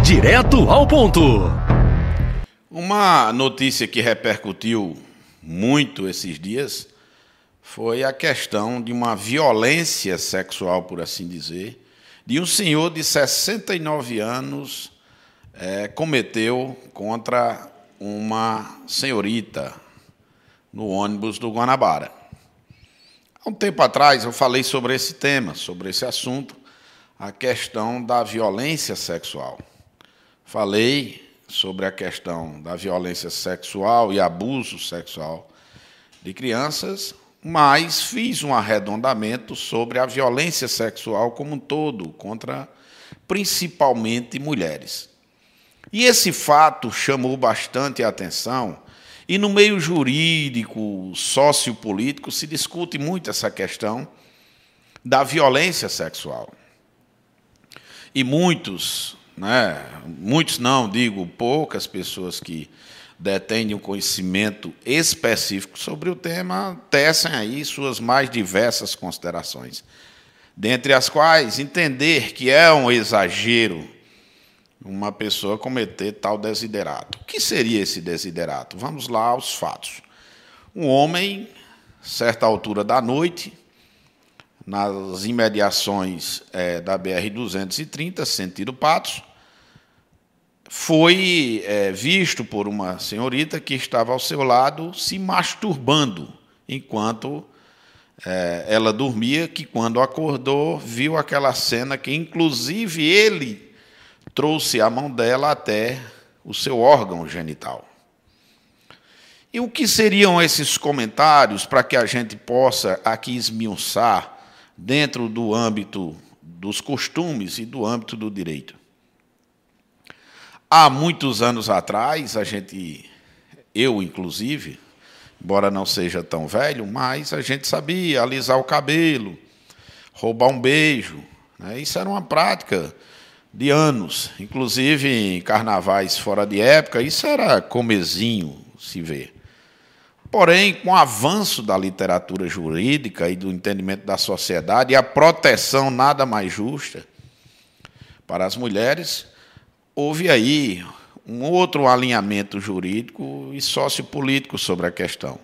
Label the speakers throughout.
Speaker 1: Direto ao ponto.
Speaker 2: Uma notícia que repercutiu muito esses dias foi a questão de uma violência sexual, por assim dizer, de um senhor de 69 anos cometeu contra uma senhorita no ônibus do Guanabara. Há um tempo atrás eu falei sobre esse tema, sobre esse assunto, a questão da violência sexual. Falei sobre a questão da violência sexual e abuso sexual de crianças, mas fiz um arredondamento sobre a violência sexual como um todo, contra principalmente mulheres. E esse fato chamou bastante a atenção, e no meio jurídico, sociopolítico, se discute muito essa questão da violência sexual. E muitos não, digo poucas pessoas que detêm um conhecimento específico sobre o tema, tecem aí suas mais diversas considerações, dentre as quais entender que é um exagero uma pessoa cometer tal desiderato. O que seria esse desiderato? Vamos lá aos fatos. Um homem, certa altura da noite, nas imediações da BR-230, sentido Patos, foi visto por uma senhorita que estava ao seu lado se masturbando, enquanto ela dormia, que quando acordou, viu aquela cena que, inclusive, ele trouxe a mão dela até o seu órgão genital. E o que seriam esses comentários para que a gente possa aqui esmiuçar dentro do âmbito dos costumes e do âmbito do direito? Há muitos anos atrás, eu inclusive, embora não seja tão velho, mas a gente sabia alisar o cabelo, roubar um beijo, né? Isso era uma prática de anos, inclusive em carnavais fora de época, isso era comezinho se ver. Porém, com o avanço da literatura jurídica e do entendimento da sociedade e a proteção nada mais justa para as mulheres, houve aí um outro alinhamento jurídico e sociopolítico sobre a questão.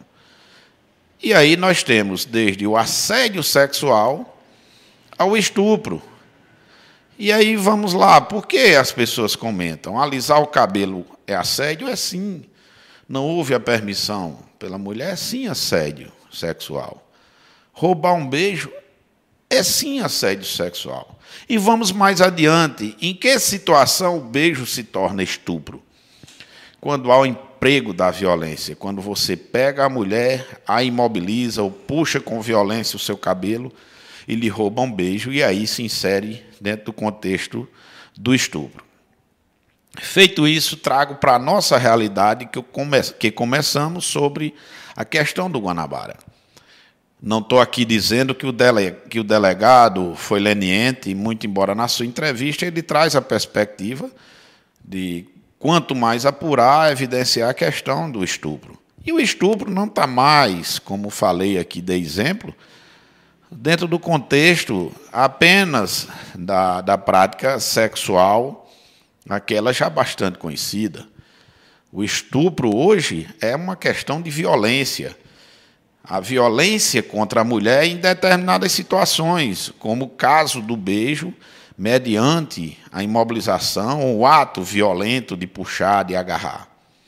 Speaker 2: E aí nós temos desde o assédio sexual ao estupro. E aí vamos lá, por que as pessoas comentam? Alisar o cabelo é assédio? É sim. Não houve a permissão pela mulher? É sim assédio sexual. Roubar um beijo? É sim assédio sexual. E vamos mais adiante. Em que situação o beijo se torna estupro? Quando há o emprego da violência, quando você pega a mulher, a imobiliza ou puxa com violência o seu cabelo e lhe rouba um beijo, e aí se insere dentro do contexto do estupro. Feito isso, trago para a nossa realidade que começamos sobre a questão do Guanabara. Não estou aqui dizendo que o delegado foi leniente, muito embora na sua entrevista ele traz a perspectiva de quanto mais apurar, evidenciar a questão do estupro. E o estupro não está mais, como falei aqui de exemplo, dentro do contexto apenas da prática sexual, aquela já bastante conhecida. O estupro hoje é uma questão de violência. A violência contra a mulher em determinadas situações, como o caso do beijo, mediante a imobilização ou o ato violento de puxar, de agarrar.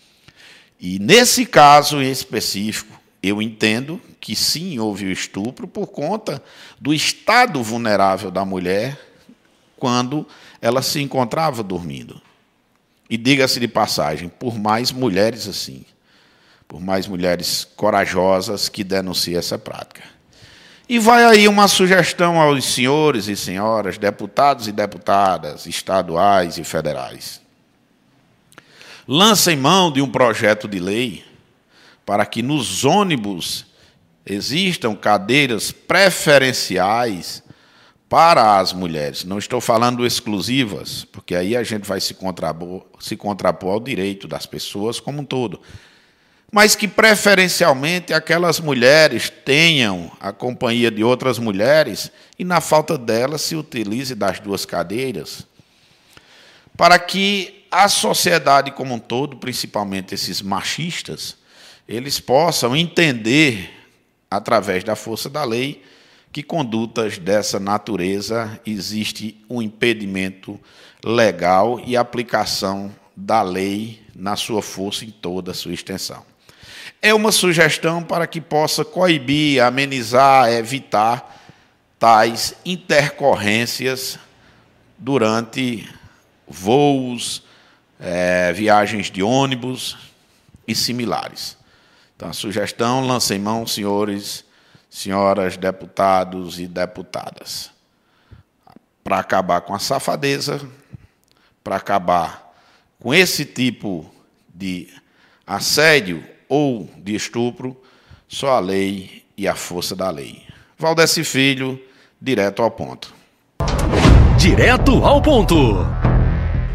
Speaker 2: E nesse caso em específico, eu entendo que sim, houve o estupro por conta do estado vulnerável da mulher quando ela se encontrava dormindo. E diga-se de passagem, por mais mulheres assim, por mais mulheres corajosas que denunciem essa prática. E vai aí uma sugestão aos senhores e senhoras, deputados e deputadas, estaduais e federais. Lancem mão de um projeto de lei para que nos ônibus existam cadeiras preferenciais para as mulheres. Não estou falando exclusivas, porque aí a gente vai se contrapor ao direito das pessoas como um todo. Mas que, preferencialmente, aquelas mulheres tenham a companhia de outras mulheres e, na falta delas, se utilize das duas cadeiras. para que a sociedade como um todo, principalmente esses machistas, eles possam entender, através da força da lei, que condutas dessa natureza existe um impedimento legal e aplicação da lei na sua força em toda a sua extensão. É uma sugestão para que possa coibir, amenizar, evitar tais intercorrências durante voos, viagens de ônibus e similares. Então, a sugestão, lancem mão, senhoras, deputados e deputadas, para acabar com a safadeza, para acabar com esse tipo de assédio ou de estupro, só a lei e a força da lei. Valdeci Filho, direto ao ponto.
Speaker 1: Direto ao ponto.